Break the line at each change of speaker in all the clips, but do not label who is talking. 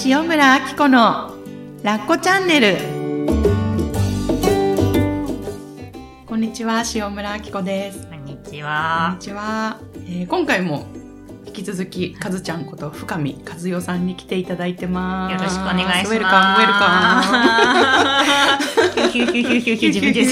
塩村あき子のラッコチャンネル。こんにちは、塩村あき子です。
こんにちは。
こんにちは。今回も引き続きかずちゃんこと深見和代さんに来ていただいてます。
よろしくお願いします。
ウェルカムウェルカ
ム。ヒューヒューヒューヒューヒュー自分です。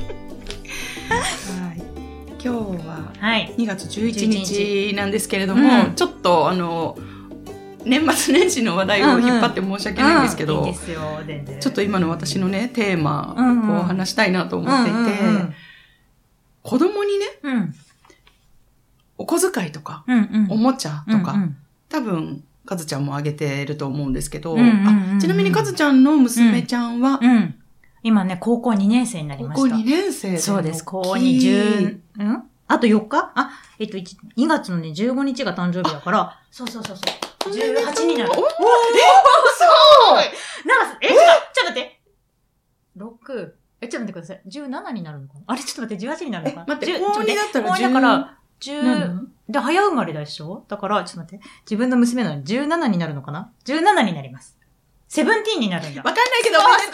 はい、今日は2月11日なんですけれども、ちょっと年末年始の話題を引っ張って申し訳ないんですけど、
いいですよ、全然。
ちょっと今の私のねテーマを話したいなと思っていて、子供にね、お小遣いとか、おもちゃとか、多分かずちゃんもあげてると思うんですけど、ちなみにかずちゃんの娘ちゃんは、
今ね高校2年生になりました。
高校2年生で。
そうです。高校にあと4日2月のね15日が誕生日だから、そう18になる。
おー、すごい。
なんかちょっと待って。6、ちょっと待ってください。17になるのかな。あれちょっと待って、18になるのかな。
待って、高2だったら
10だから10で早生まれでしょ。だからちょっと待って、自分の娘なのに17になるのかな。17になります。17になるんだ。
わかんないけどおめでと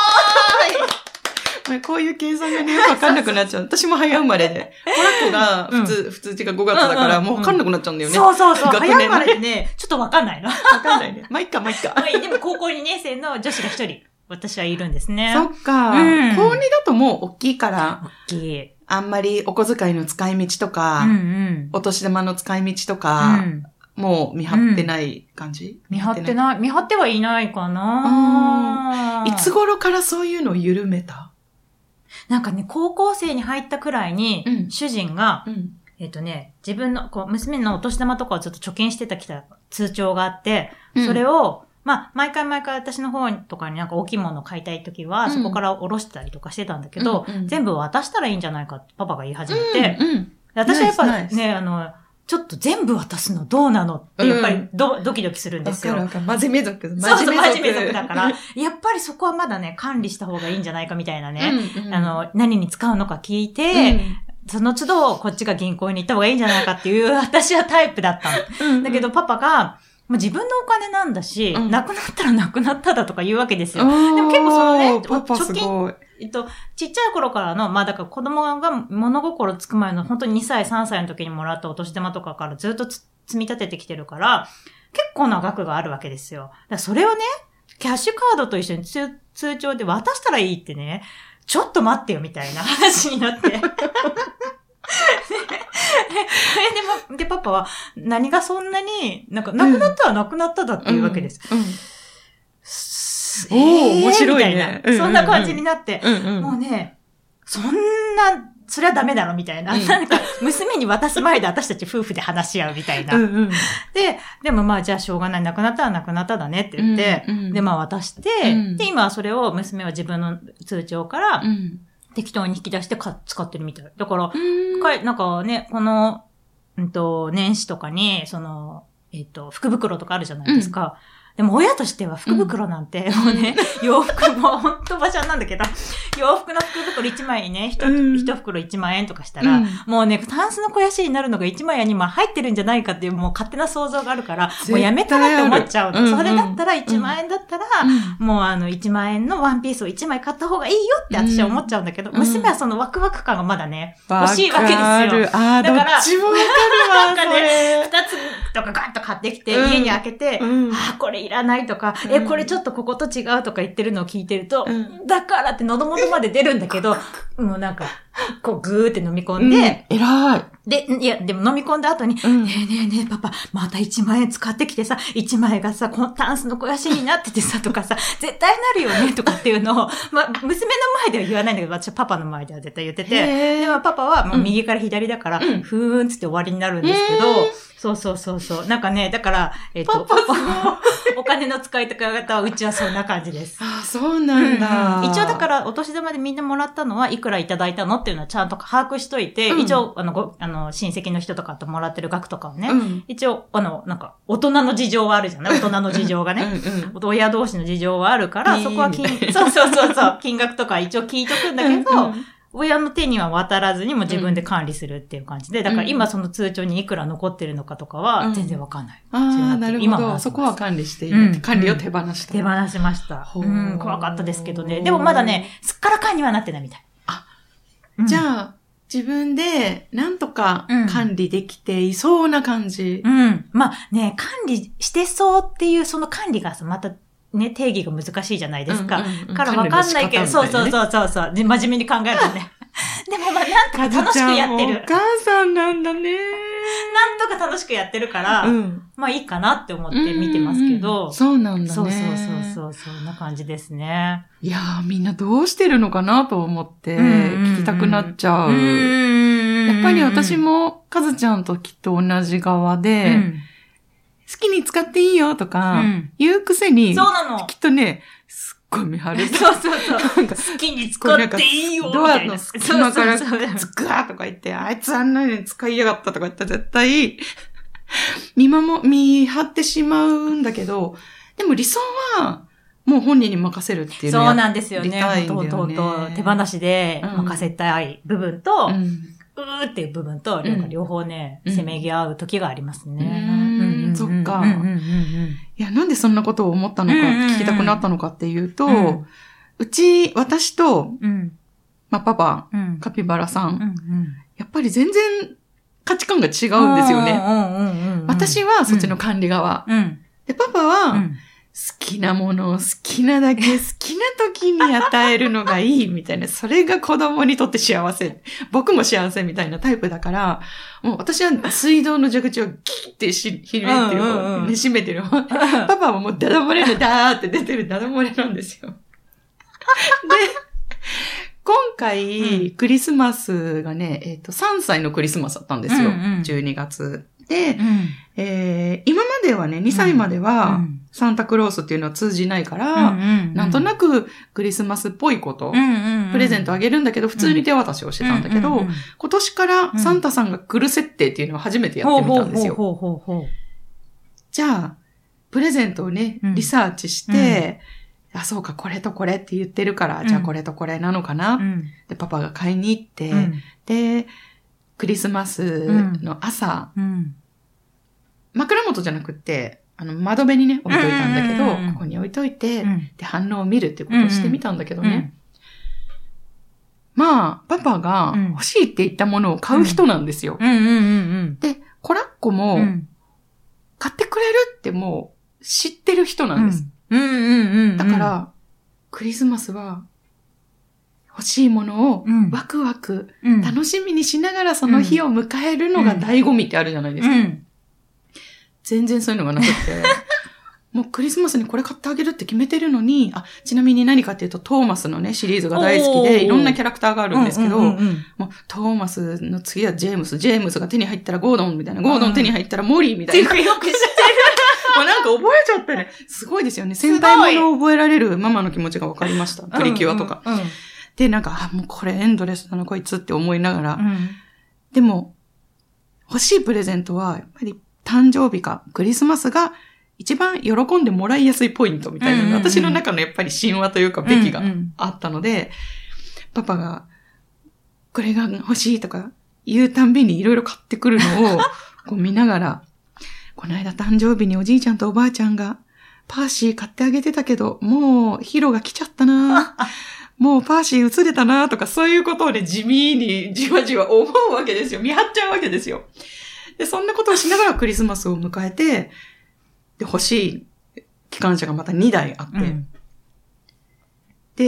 う。こういう計算がね、わかんなくなっちゃう。私も早生まれで。コラコが普通っていうか5月だから、もうわかんなくなっちゃうんだよね。
そう。早生まれでね、ちょっとわかんないの。
わかんないね。まあ、いっか。
でも高校2年生の女子が1人、私はいるんですね。
そっか。高2だともう大きいから。
大きい。
あんまりお小遣いの使い道とか、お年玉の使い道とか、もう見張ってない感じ？
見張ってはいないかな。
いつ頃からそういうのを緩めた？
なんかね、高校生に入ったくらいに、主人が、自分の、娘のお年玉とかをずっと貯金してきた通帳があって、それを、毎回私の方とかになんか大きいものを買いたいときは、そこから下ろしたりとかしてたんだけど、全部渡したらいいんじゃないかってパパが言い始めて、私はやっぱね、ちょっと全部渡すのどうなのってやっぱりドキドキするんですよ。
真面目族。
真面目族だから、やっぱりそこはまだね、管理した方がいいんじゃないかみたいなね、何に使うのか聞いて、その都度こっちが銀行に行った方がいいんじゃないかっていう、私はタイプだったの。だけどパパが、自分のお金なんだし、なくなったらなくなっただとか言うわけですよ。でも結構そのね、貯金、ちっちゃい頃からの、だから子供が物心つく前の本当に2歳、3歳の時にもらったお年玉とかからずっと積み立ててきてるから、結構な額があるわけですよ。だからそれをね、キャッシュカードと一緒に通帳で渡したらいいってね、ちょっと待ってよみたいな話になって。で、パパは何がそんなに、なくなったらなくなっただっていうわけです。
面白いね。
そんな感じになって、もうね、それはダメだろみたいな。なんか、娘に渡す前で私たち夫婦で話し合うみたいな。でもじゃあしょうがない。なくなったらなくなっただねって言って、で、渡して、で、今はそれを娘は自分の通帳から、適当に引き出して使ってるみたい。だから、なんかね、この、年始とかに、福袋とかあるじゃないですか。でも親としては福袋なんて、もうね、洋服もほんと馬車なんだけど、洋服の福袋1枚にね、1袋1万円とかしたら、もうね、タンスの肥やしになるのが1万円に入ってるんじゃないかっていうもう勝手な想像があるから、もうやめたらって思っちゃうの。それだったら1万円だったら、もう1万円のワンピースを1枚買った方がいいよって私は思っちゃうんだけど、娘はそのワクワク感がまだね、欲しいわけですよ。だから、
どっちもわかるわ、
なんかね、2つとかガッと買ってきて、家に開けて、これいらないとか、これちょっとここと違うとか言ってるのを聞いてると、だからって喉元まで出るんだけど、もうなんか、ぐーって飲み込んで、
偉い。
でも飲み込んだ後に、ねえパパ、また1万円使ってきてさ、1万円がさ、このタンスの肥やしになっててさ、とかさ、絶対なるよね、とかっていうのを、娘の前では言わないんだけど、私はパパの前では絶対言ってて、でもパパはもう右から左だから、ふーんつって終わりになるんですけど、そう。なんかね、だから、お金の使い方はうちはそんな感じです。
あ、そうなんだ。
一応だからお年玉でみんなもらったのはいくらいただいたのっていうのはちゃんと把握しといて、一応親戚の人とかともらってる額とかをね、一応なんか大人の事情はあるじゃない？大人の事情がね、親同士の事情はあるから、そこは金額とか一応聞いとくんだけど、 親の手には渡らずにも自分で管理するっていう感じで、だから今その通帳にいくら残ってるのかとかは全然わかんない。
ああ、なるほど。そこは管理している。管理を手放した。
手放しました。怖かったですけどね。でもまだね、すっからかんにはなってないみたい。
あ、じゃあ、自分でなんとか管理できていそうな感じ。
まあね、管理してそうっていうその管理がまたね、定義が難しいじゃないですか。からわかんないけど、そう。真面目に考えるとね。でもまあなんとか楽しくやってる。
お母さんなんだね。
なんとか楽しくやってるから、まあいいかなって思って見てますけど。
そうなんだね。
そう、そんな感じですね。
いやー、みんなどうしてるのかなと思って、聞きたくなっちゃう。やっぱり私も、かずちゃんときっと同じ側で、好きに使っていいよとか、言うくせに、
そうなの。
きっとね、すっごい見張る。
そう。好きに使っていいよみたいな。
ドアの隙間から、つくわとか言って、あいつあんなに使いやがったとか言ったら絶対、見張ってしまうんだけど、でも理想は、もう本人に任せるっていうの
そうなんですよね。手放しで任せたい部分と、うーっていう部分と、両方ね、せめぎ合う時がありますね。
そっか。いや、なんでそんなことを思ったのか、聞きたくなったのかっていうと、私と、まあ、パパ、カピバラさん、やっぱり全然価値観が違うんですよね。私はそっちの管理側。で、パパは、好きなものを好きなだけ好きな時に与えるのがいいみたいな、それが子供にとって幸せ。僕も幸せみたいなタイプだから、もう私は水道の蛇口をギーってひねってる、閉めてる。パパはもうダダ漏れでダーって出てるダダ漏れなんですよ。で、今回、クリスマスがね、3歳のクリスマスだったんですよ。12月。で、今まではね、2歳までは、サンタクロースっていうのは通じないから、なんとなくクリスマスっぽいこと、プレゼントあげるんだけど、普通に手渡しをしてたんだけど、今年からサンタさんが来る設定っていうのを初めてやってみたんですよ。じゃあ、プレゼントをね、リサーチして、あ、そうか、これとこれって言ってるから、じゃあこれとこれなのかな。で、パパが買いに行って、で、クリスマスの朝、枕元じゃなくって、窓辺にね、置いといたんだけど、ここに置いといて、で、反応を見るっていうことをしてみたんだけどね。まあ、パパが欲しいって言ったものを買う人なんですよ。で、コラッコも、買ってくれるってもう知ってる人なんです。だから、クリスマスは、欲しいものをワクワク、楽しみにしながらその日を迎えるのが醍醐味ってあるじゃないですか。全然そういうのがなくて、もうクリスマスにこれ買ってあげるって決めてるのに、ちなみに何かっていうとトーマスのね、シリーズが大好きで、いろんなキャラクターがあるんですけど、もうトーマスの次はジェームスが手に入ったらゴードンみたいな、ゴードン手に入ったらモリーみたいな。
よく知ってる。
もうなんか覚えちゃったね。すごいですよね。戦隊ものを覚えられるママの気持ちが分かりました。プリキュアとか。で、なんか、もうこれエンドレスだな、こいつって思いながら。でも、欲しいプレゼントは、やっぱり誕生日かクリスマスが一番喜んでもらいやすいポイントみたいなのが、私の中のやっぱり神話というかべきがあったので、パパが、これが欲しいとか言うたんびにいろいろ買ってくるのをこう見ながら、この間誕生日におじいちゃんとおばあちゃんがパーシー買ってあげてたけど、もうヒロが来ちゃったなもうパーシー移れたなとか、そういうことをね、地味にじわじわ思うわけですよ。見張っちゃうわけですよ。で、そんなことをしながらクリスマスを迎えて、で、欲しい機関車がまた2台あって、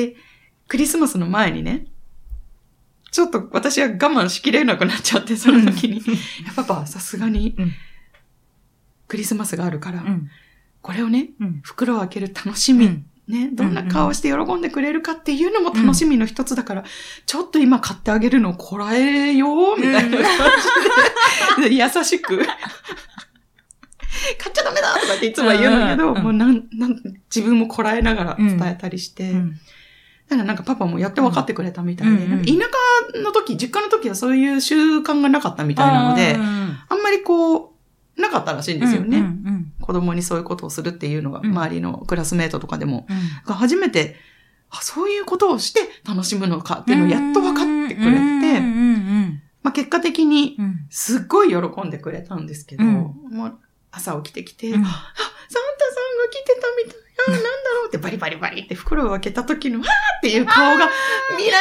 で、クリスマスの前にね、ちょっと私は我慢しきれなくなっちゃって、その時に、パパはさすがに、クリスマスがあるから、これをね、袋を開ける楽しみ、ね、どんな顔をして喜んでくれるかっていうのも楽しみの一つだから、ちょっと今買ってあげるのをこらえよう、みたいな感じで、優しく、買っちゃダメだとかっていつも言うんだけど、もう自分もこらえながら伝えたりして、だからなんかパパもやって分かってくれたみたいで、田舎の時、実家の時はそういう習慣がなかったみたいなので、あんまりこう、なかったらしいんですよね。子供にそういうことをするっていうのが、周りのクラスメートとかでも。初めてそういうことをして楽しむのかっていうのをやっと分かってくれて、まあ、結果的にすっごい喜んでくれたんですけど、もう朝起きてきて、サンタさんが来てたみたい。なんだろうってバリバリバリって袋を開けた時の、っていう顔が見られた、よかった、これが見たか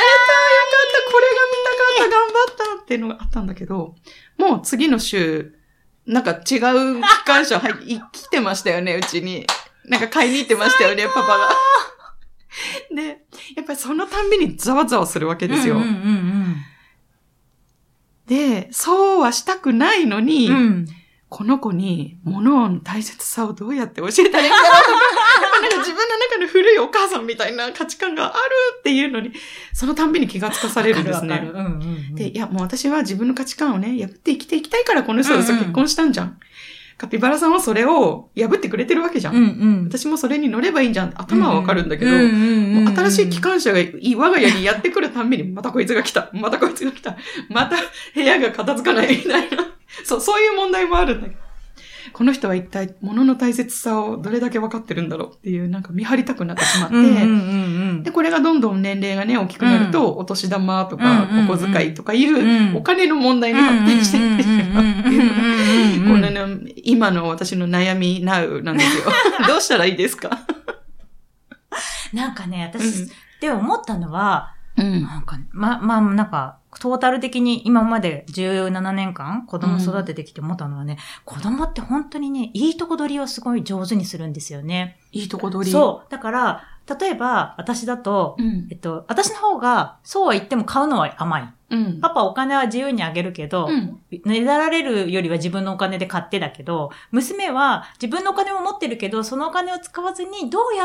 った、頑張ったっていうのがあったんだけど、もう次の週、なんか違う機関車来てましたよね、うちに。なんか買いに行ってましたよね、パパが。で、やっぱりそのたんびにざわざわするわけですよ。で、そうはしたくないのに、この子に物の大切さをどうやって教えたらいいんだろうとか、なんか自分の中の古いお母さんみたいな価値観があるっていうのに、そのたんびに気がつかされるんですね。で、いや、もう私は自分の価値観をね、破って生きていきたいからこの人と結婚したんじゃん。カピバラさんはそれを破ってくれてるわけじゃん。私もそれに乗ればいいんじゃん。頭はわかるんだけど、もう新しい機関車が我が家にやってくるたんびに、またこいつが来た。またこいつが来た。また部屋が片付かないみたいな。そういう問題もあるんだけど。この人は一体物の大切さをどれだけ分かってるんだろうっていう、なんか見張りたくなってしまって、で、これがどんどん年齢がね、大きくなると、お年玉とか、お小遣いとかいう、お金の問題に発展していってしまうっていうのが、これね、今の私の悩みなうなんですよ。どうしたらいいですか？
なんかね、私、で思ったのは、なんか、なんか、トータル的に今まで17年間子供育ててきて思ったのはね、子供って本当にね、いいとこ取りをすごい上手にするんですよね。
いいとこ取り？
そう。だから、例えば、私だと、私の方が、そうは言っても買うのは甘い。パパお金は自由にあげるけど、ねだられるよりは自分のお金で買ってだけど、娘は自分のお金も持ってるけど、そのお金を使わずにどうやって、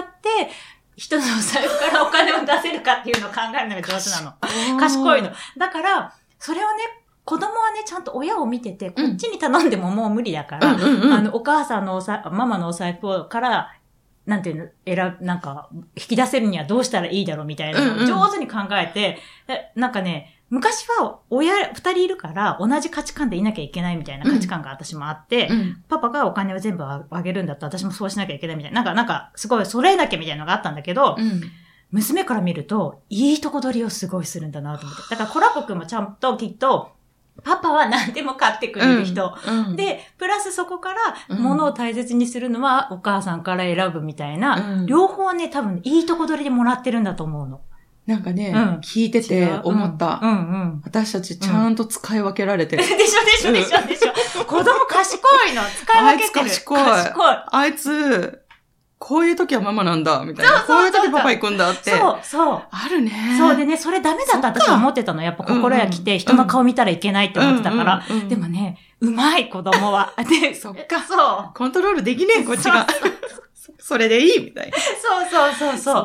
人のお財布からお金を出せるかっていうのを考えるのが上手なの。賢いの。だから、それをね、子供はね、ちゃんと親を見てて、こっちに頼んでももう無理だから、お母さんのママのお財布から、なんていうの、なんか、引き出せるにはどうしたらいいだろうみたいなのを上手に考えて、なんかね、昔は親二人いるから同じ価値観でいなきゃいけないみたいな価値観が私もあって、パパがお金を全部あげるんだったら私もそうしなきゃいけないみたいな、なんかすごい揃えなきゃみたいなのがあったんだけど、娘から見るといいとこ取りをすごいするんだなと思って。だからコラコくんもちゃんときっと、パパは何でも買ってくれる人、で、プラスそこから物を大切にするのはお母さんから選ぶみたいな、両方ね多分いいとこ取りでもらってるんだと思うの。
なんかね、聞いてて思った。私たちちゃんと使い分けられてる。
でしょ。子供賢いの。使い分けてる。
あいつ賢い。あいつ、こういう時はママなんだ、みたいな。こういう時パパ行くんだって。
そう。
あるね。
そうでね、それダメだった私は思ってたの。やっぱ心や来て人の顔見たらいけないって思ってたから。でもね、うまい子供は。で、
そっか。そう。コントロールできねえ、こっちが。それでいいみたいな。
そう。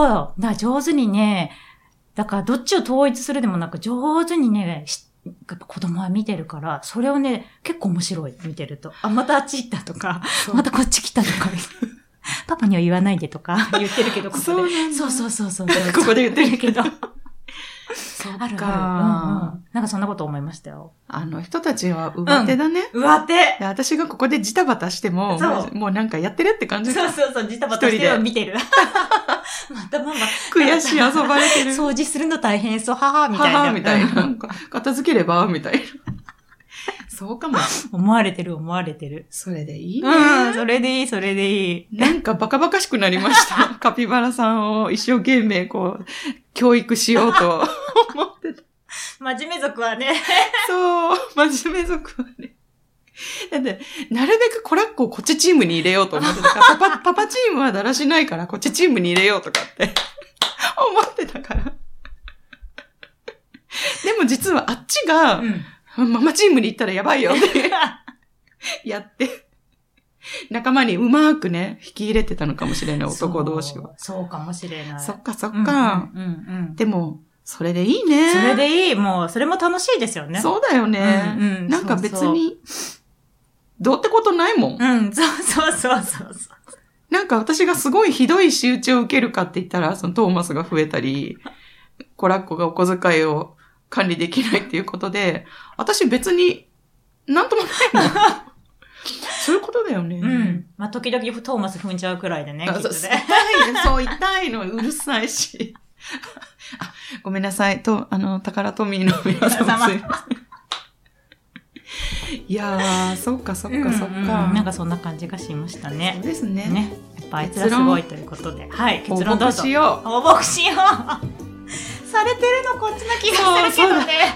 だから上手にね、だからどっちを統一するでもなく上手にね、やっぱ子供は見てるから、それをね、結構面白い、見てると。またあっち行ったとか、またこっち来たとか、パパには言わないでとか言ってるけど、ここで。そう。
ここで言ってるけど。
ある。なんかそんなこと思いましたよ。
人たちは上手だね。
上手。
私がここでジタバタしても、もうなんかやってるって感じ。
そう、ジタバタしてるの見てる。またママ。
悔しい遊ばれてる。
掃除するの大変そう、母みたいな。
母みたいな。片付ければみたいな。そうかも。
思われてる。
それでいいね。
それでいい。
なんかバカバカしくなりました。カピバラさんを一生懸命教育しようと思ってた。
真面目族はね。
そう、真面目族はね。だって、なるべくコラッコをこっちチームに入れようと思ってたから、パパチームはだらしないからこっちチームに入れようとかって思ってたから。でも実はあっちが、ママチームに行ったらやばいよってやって、仲間にうまくね、引き入れてたのかもしれない、男同士は。
そうかもしれない。
そっか。でも、それでいいね。
それでいい。もう、それも楽しいですよね。
そうだよね。なんか別に、どうってことないもん。
そう。
なんか私がすごいひどい仕打ちを受けるかって言ったら、そのトーマスが増えたり、コラッコがお小遣いを管理できないっていうことで、私別に、なんともないもん。そういうことだよね。
まあ、時々トーマス踏んじゃうくらいでね、きっとね。
そう、痛いの、うるさいし。ごめんなさい。タカラトミーの皆様すいません。いやー、そっか。
なんかそんな感じがしましたね。
そうですね。
ね。やっぱあいつらすごいということで。はい、結論どうぞ。応募しよう。されてるのこっちの気がするけどね。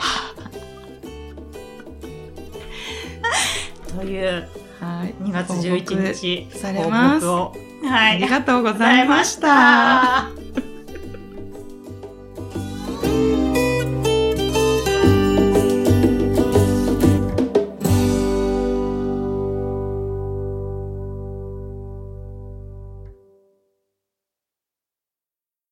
という、2月11日、
されます。
はい。
ありがとうございました。